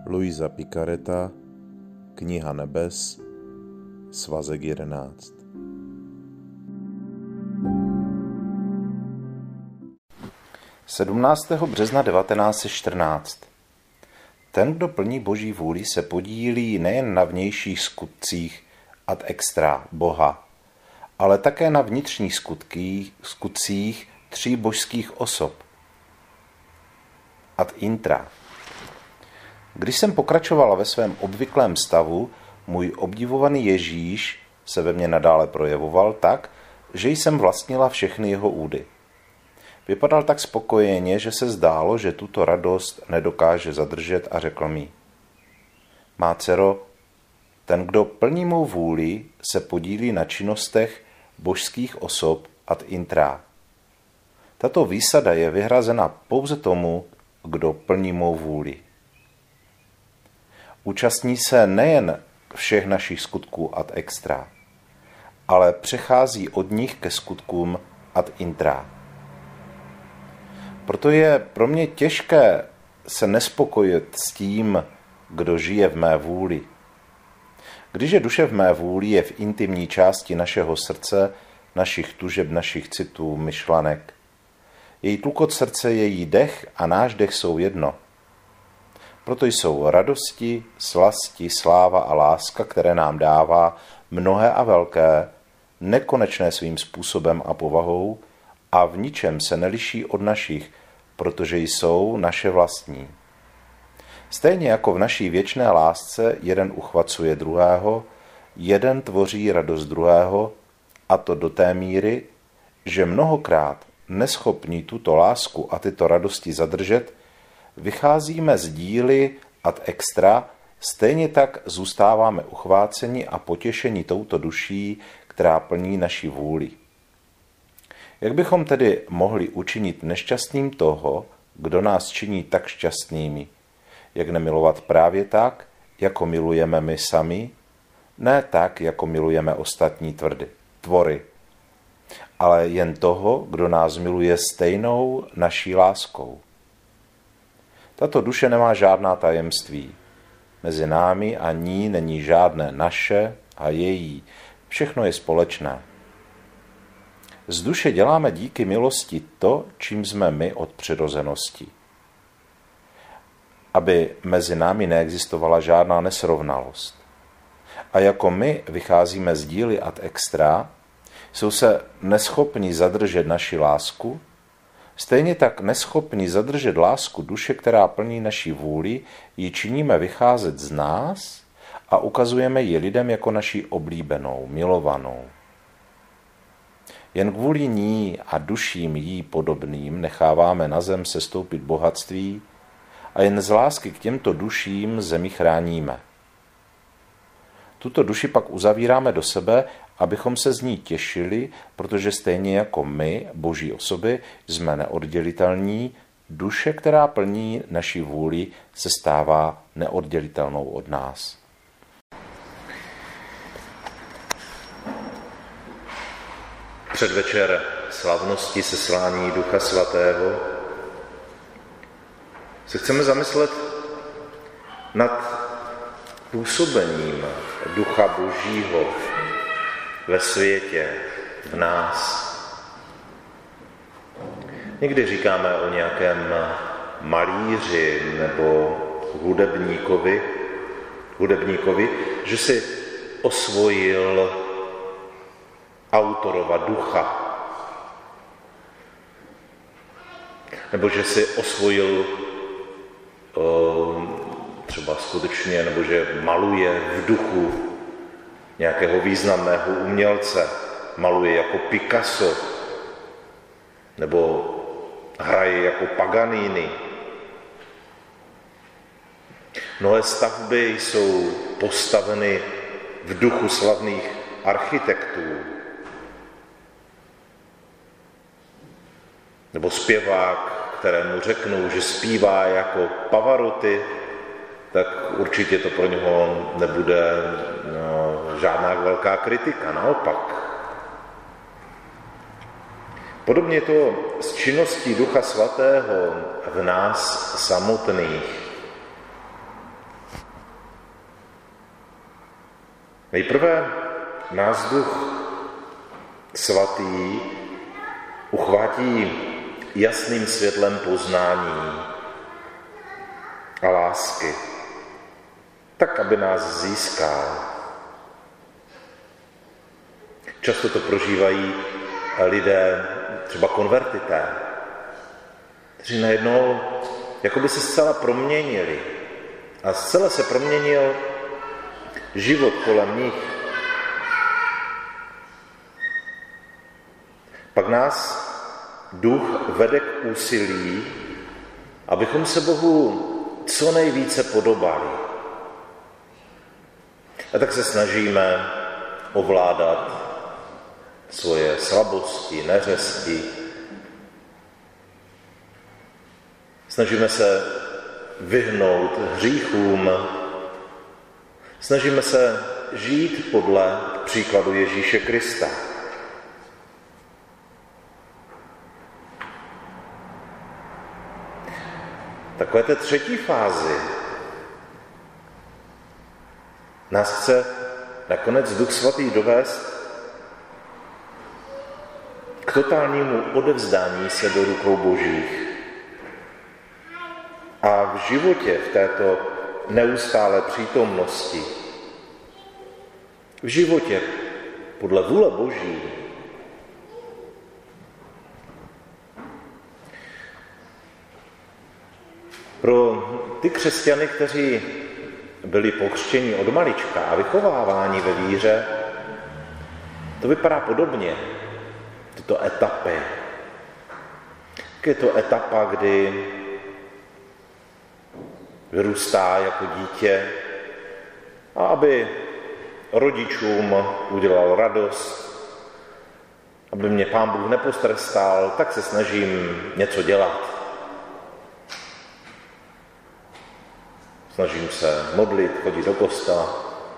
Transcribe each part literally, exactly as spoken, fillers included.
Luisa Picareta, Kniha nebes, svazek jedenáct. sedmnáctého března devatenáct set čtrnáct. Ten, kdo plní Boží vůli, se podílí nejen na vnějších skutcích ad extra Boha, ale také na vnitřních skutkých, skutcích tří božských osob ad intra. Když jsem pokračovala ve svém obvyklém stavu, můj obdivovaný Ježíš se ve mně nadále projevoval tak, že jsem vlastnila všechny jeho údy. Vypadal tak spokojeně, že se zdálo, že tuto radost nedokáže zadržet a řekl mi: Má dcero, ten, kdo plní mou vůli, se podílí na činnostech božských osob ad intra. Tato výsada je vyhrazena pouze tomu, kdo plní mou vůli. Účastní se nejen všech našich skutků ad extra, ale přechází od nich ke skutkům ad intra. Proto je pro mě těžké se nespokojit s tím, kdo žije v mé vůli. Když je duše v mé vůli, je v intimní části našeho srdce, našich tužeb, našich citů, myšlenek. Její tlukot srdce, její dech a náš dech jsou jedno. Proto jsou radosti, slasti, sláva a láska, které nám dává mnohé a velké, nekonečné svým způsobem a povahou a v ničem se neliší od našich, protože jsou naše vlastní. Stejně jako v naší věčné lásce jeden uchvacuje druhého, jeden tvoří radost druhého, a to do té míry, že mnohokrát neschopní tuto lásku a tyto radosti zadržet, vycházíme z díly ad extra, stejně tak zůstáváme uchváceni a potěšeni touto duší, která plní naši vůli. Jak bychom tedy mohli učinit nešťastným toho, kdo nás činí tak šťastnými? Jak nemilovat právě tak, jako milujeme my sami? Ne tak, jako milujeme ostatní tvrdy, tvory, ale jen toho, kdo nás miluje stejnou naší láskou. Tato duše nemá žádná tajemství. Mezi námi a ní není žádné naše a její. Všechno je společné. Z duše děláme díky milosti to, čím jsme my od přirozenosti. Aby mezi námi neexistovala žádná nesrovnalost. A jako my vycházíme z díly ad extra, jsou se neschopni zadržet naši lásku, stejně tak neschopni zadržet lásku duše, která plní naši vůli, ji činíme vycházet z nás a ukazujeme ji lidem jako naši oblíbenou, milovanou. Jen kvůli ní a duším jí podobným necháváme na zem sestoupit bohatství a jen z lásky k těmto duším zemi chráníme. Tuto duši pak uzavíráme do sebe, abychom se z ní těšili, protože stejně jako my, boží osoby, jsme neoddělitelní, duše, která plní naši vůli, se stává neoddělitelnou od nás. Předvečer slavnosti seslání Ducha Svatého se chceme zamyslet nad působením Ducha Božího ve světě, v nás. Někdy říkáme o nějakém malíři nebo hudebníkovi, hudebníkovi, že si osvojil autorova ducha. Nebo že si osvojil o, třeba skutečně, nebo že maluje v duchu nějakého významného umělce, maluje jako Picasso, nebo hraje jako Paganini. Mnohé stavby jsou postaveny v duchu slavných architektů. Nebo zpěvák, kterému řeknou, že zpívá jako Pavarotti, tak určitě to pro něho nebude no, žádná velká kritika, naopak. Podobně to s činností Ducha Svatého v nás samotných. Nejprve nás Duch Svatý uchvátí jasným světlem poznání a lásky, tak, aby nás získal. Často to prožívají lidé, třeba konvertité, kteří najednou jakoby se zcela proměnili a zcela se proměnil život kolem nich. Pak nás Duch vede k úsilí, abychom se Bohu co nejvíce podobali. A tak se snažíme ovládat svoje slabosti, neřesti. Snažíme se vyhnout hříchům. Snažíme se žít podle příkladu Ježíše Krista. Takové té třetí fázi nás chce nakonec Duch Svatý dovést k totálnímu odevzdání se do rukou Božích. A v životě, v této neustálé přítomnosti, v životě podle vůle Boží, pro ty křesťany, kteří byli pokřtěni od malička a vychováváni ve víře, to vypadá podobně, tyto etapy. Je to etapa, kdy vyrůstá jako dítě a aby rodičům udělal radost, aby mě Pán Bůh nepostrestal, tak se snažím něco dělat. Snažím se modlit, chodit do kostela.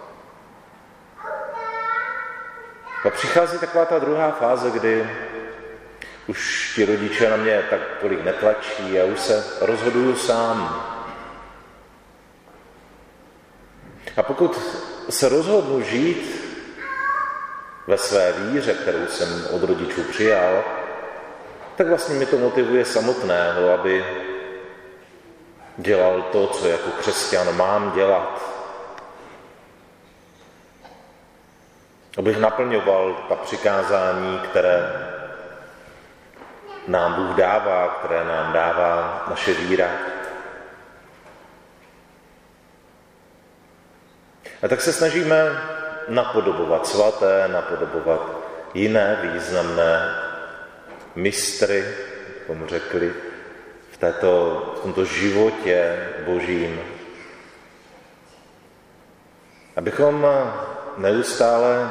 A přichází taková ta druhá fáze, kdy už ti rodiče na mě tak tolik netlačí a už se rozhoduju sám. A pokud se rozhodnu žít ve své víře, kterou jsem od rodičů přijal, tak vlastně mi to motivuje samotného, aby dělal to, co jako křesťan mám dělat. Abych naplňoval ta přikázání, které nám Bůh dává, které nám dává naše víra. A tak se snažíme napodobovat svaté, napodobovat jiné významné mistry, jak řekli, v, této, v tomto životě Božím. Abychom neustále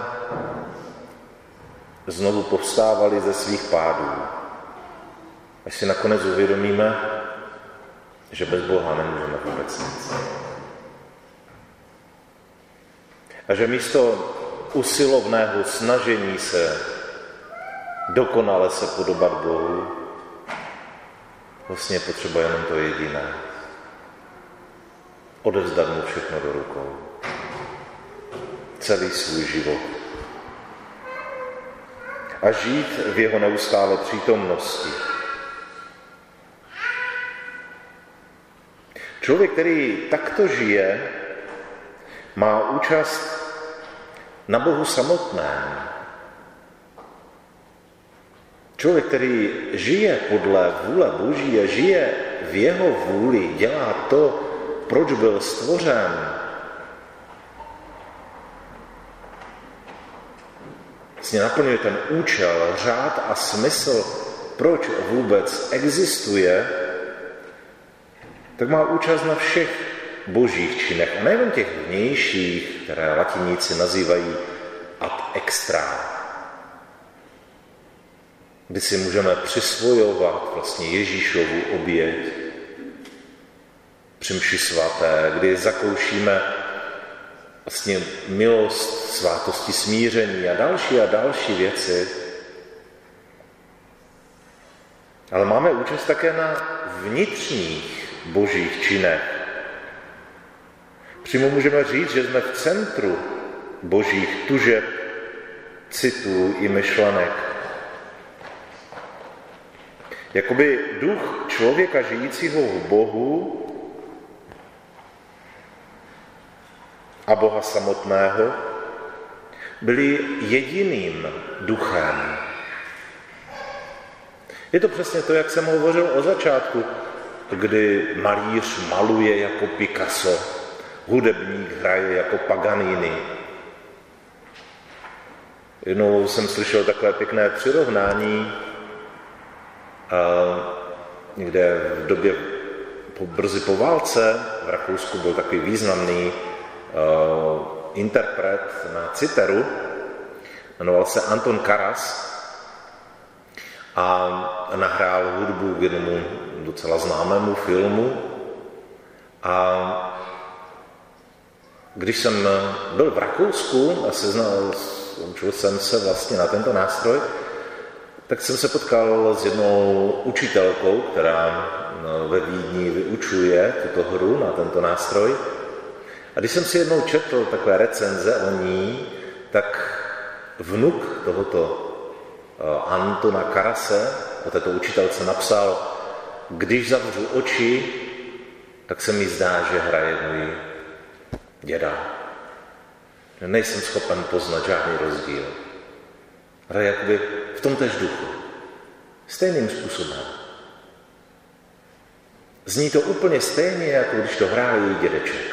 znovu povstávali ze svých pádů. Až si nakonec uvědomíme, že bez Boha nemůžeme vůbec nic. A že místo usilovného snažení se dokonale se podobat Bohu, vlastně potřeba jenom to jediné. Odevzdat mu všechno do rukou. Celý svůj život. A žít v jeho neustále přítomnosti. Člověk, který takto žije, má účast na Bohu samotném. Člověk, který žije podle vůle Boží a žije v jeho vůli, dělá to, proč byl stvořen, vlastně naplňuje ten účel, řád a smysl, proč vůbec existuje, tak má účast na všech božích činech. A nejen těch vnějších, které latiníci nazývají ad extra, kdy si můžeme přisvojovat vlastně Ježíšovu oběť při mši svaté, kdy zakoušíme vlastně milost, svátosti smíření a další a další věci. Ale máme účast také na vnitřních božích činech. Přímo můžeme říct, že jsme v centru božích tužeb, citů i myšlenek. Jakoby duch člověka žijícího v Bohu a Boha samotného byli jediným duchem. Je to přesně to, jak jsem hovořil od začátku, kdy malíř maluje jako Picasso, hudebník hraje jako Paganini. Jednou jsem slyšel takové pěkné přirovnání, někde v době po, brzy po válce v Rakousku byl takový významný uh, interpret na citeru, jmenoval se Anton Karas a nahrál hudbu k jednomu docela známému filmu. A když jsem byl v Rakousku a seznal, učil jsem se vlastně na tento nástroj, tak jsem se potkal s jednou učitelkou, která ve Vídni vyučuje tuto hru na tento nástroj. A když jsem si jednou četl takové recenze o ní, tak vnuk tohoto Antona Karase, o této učitelce napsal: když zavřu oči, tak se mi zdá, že hraje můj děda. Nejsem schopen poznat žádný rozdíl. Hraje jakoby v tom též duchu. Stejným způsobem. Zní to úplně stejně, jako když to hrál její dědeček.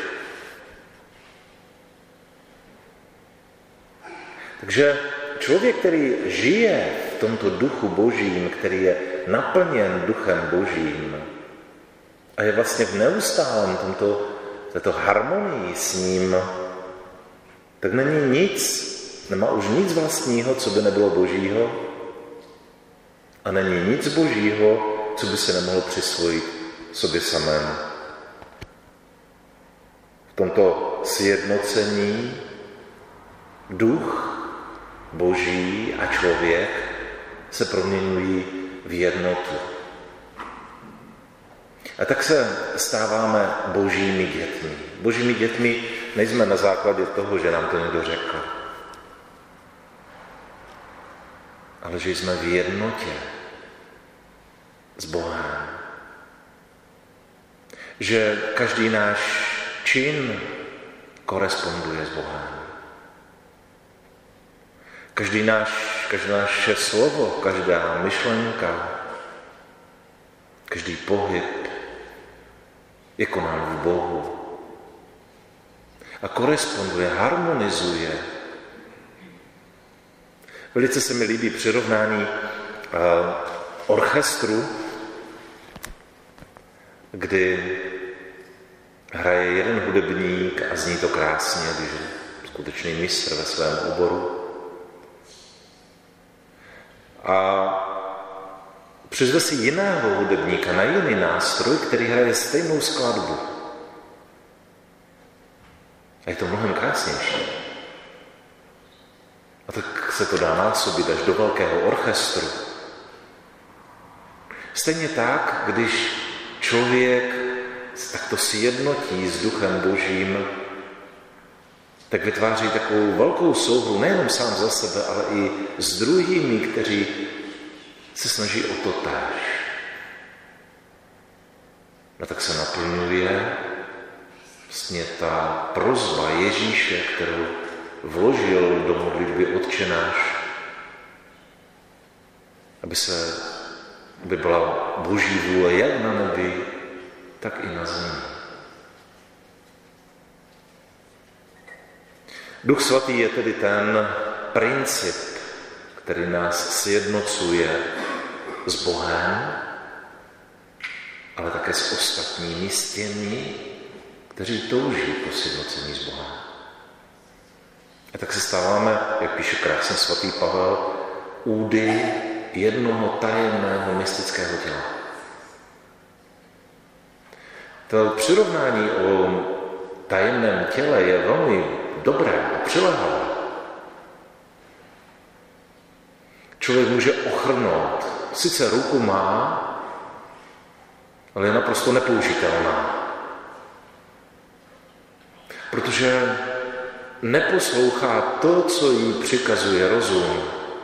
Takže člověk, který žije v tomto duchu božím, který je naplněn duchem božím a je vlastně v neustálém tomto, této harmonii s ním, tak není nic, nemá už nic vlastního, co by nebylo božího, a není nic božího, co by si nemohl přisvojit sobě samému. V tomto sjednocení duch boží a člověk se proměňují v jednotu. A tak se stáváme božími dětmi. Božími dětmi nejsme na základě toho, že nám to někdo řekl, ale že jsme v jednotě s Bohem. Že každý náš čin koresponduje s Bohem. Každý náš, každé naše slovo, každá myšlenka, každý pohyb je konán v Bohu. A koresponduje, harmonizuje. Velice se mi líbí přirovnání uh, orchestru, kdy hraje jeden hudebník a zní to krásně, když je skutečný mistr ve svém oboru. A přizve si jiného hudebníka na jiný nástroj, který hraje stejnou skladbu. A je to mnohem krásnější. A tak se to dá násobit až do velkého orchestru. Stejně tak, když člověk takto sjednotí s duchem božím, tak vytváří takovou velkou souhru nejenom sám za sebe, ale i s druhými, kteří se snaží o to též. No tak se naplňuje vlastně ta prosba Ježíše, kterou vložil do modlitby Otče náš, aby se, aby byla boží vůle jak na nebi, tak i na zemi. Duch svatý je tedy ten princip, který nás sjednocuje s Bohem, ale také s ostatními, s těmi, kteří touží po sjednocení s Bohem. A tak se stáváme, jak píše krásně svatý Pavel, údy jednoho tajemného mystického těla. To přirovnání o tajemném těle je velmi dobré a přilehavé. Člověk může ochrnout. Sice ruku má, ale je naprosto nepoužitelná. Protože neposlouchá to, co jí přikazuje rozum,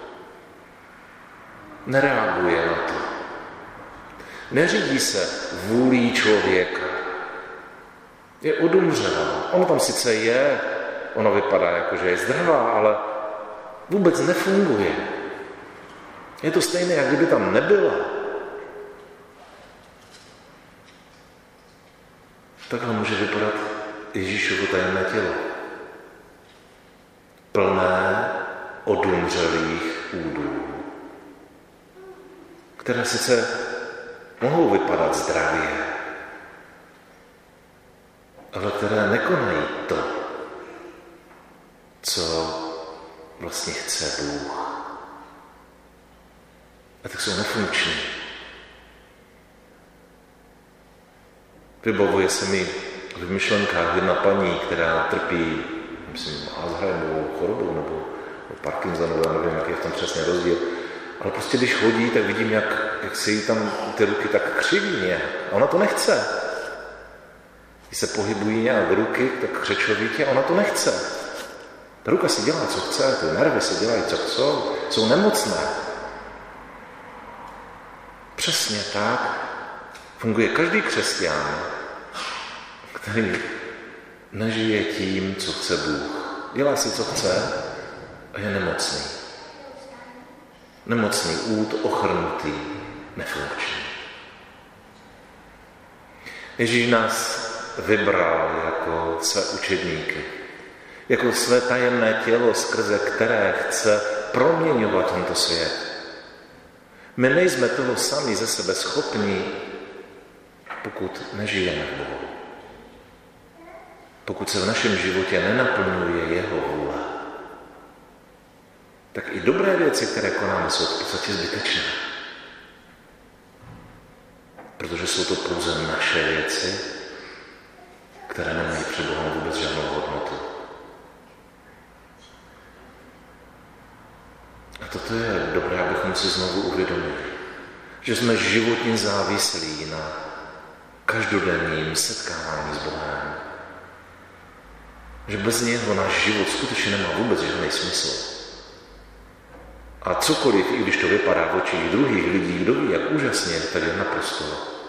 nereaguje na to, neřídí se vůlí člověka, je odumřelá. Ono tam sice je, ono vypadá jako, že je zdravá, ale vůbec nefunguje. Je to stejné, jak kdyby tam nebyla. Takhle může vypadat Ježíšovo tajemné tělo. Plné odumřelých údů, které sice mohou vypadat zdravě, ale které nekonají to, co vlastně chce Bůh. A tak jsou nefunkční. Vybavuje se mi v myšlenkách jedna paní, která trpí, myslím, Alzheimerovou chorobou nebo Parkinsonovou, já nevím, jaký je v tom přesně rozdíl. Ale prostě když chodí, tak vidím, jak, jak se jí tam ty ruky tak křiví nějak. A ona to nechce. Když se pohybují nějak ruky, tak křečovitě, a ona to nechce. Ta ruka si dělá, co chce, ty nervy si dělají, co chcou, jsou nemocné. Přesně tak funguje každý křesťan, který nežije tím, co chce Bůh. Dělá si, co chce a je nemocný. Nemocný úd, ochrnutý, nefunkční. Ježíš nás vybral jako své učedníky, jako své tajemné tělo, skrze které chce proměňovat tento svět. My nejsme toho sami ze sebe schopni, pokud nežijeme v Bohu. Pokud se v našem životě nenaplňuje jeho vůle, tak i dobré věci, které konáme, jsou v podstatě zbytečné. Protože jsou to pouze naše věci, které nemají před Bohem vůbec žádnou hodnotu. A toto je dobré, abychom si znovu uvědomili, že jsme životně závislí na každodenním setkávání s Bohem. Že bez něho náš život skutečně nemá vůbec žádný smysl. A cokoliv, i když to vypadá v očích druhých lidí, kdo ví, jak úžasně, tak je naprosto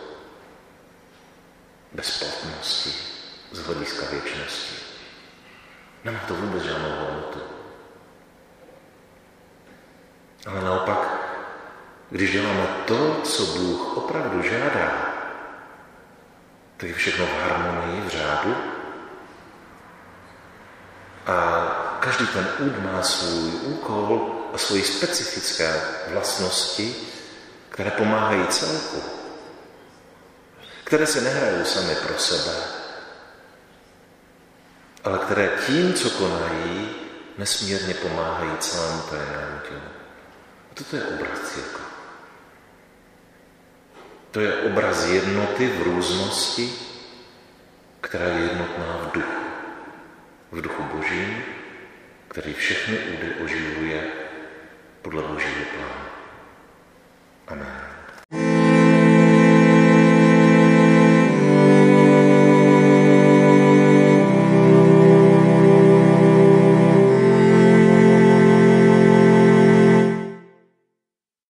bezplatnosti z hlediska věčnosti. Nemá to vůbec žádnou hodnotu. Ale naopak, když děláme to, co Bůh opravdu žádá, tak je všechno v harmonii, v řádu. A každý ten úd má svůj úkol a svoji specifické vlastnosti, které pomáhají celku, které se nehrajou sami pro sebe, ale které tím, co konají, nesmírně pomáhají celému tajemnému tělu. A toto je obraz církve. To je obraz jednoty v různosti, která je jednotná v duchu. V duchu Božím, který všechny údy oživuje podle Božího plánu.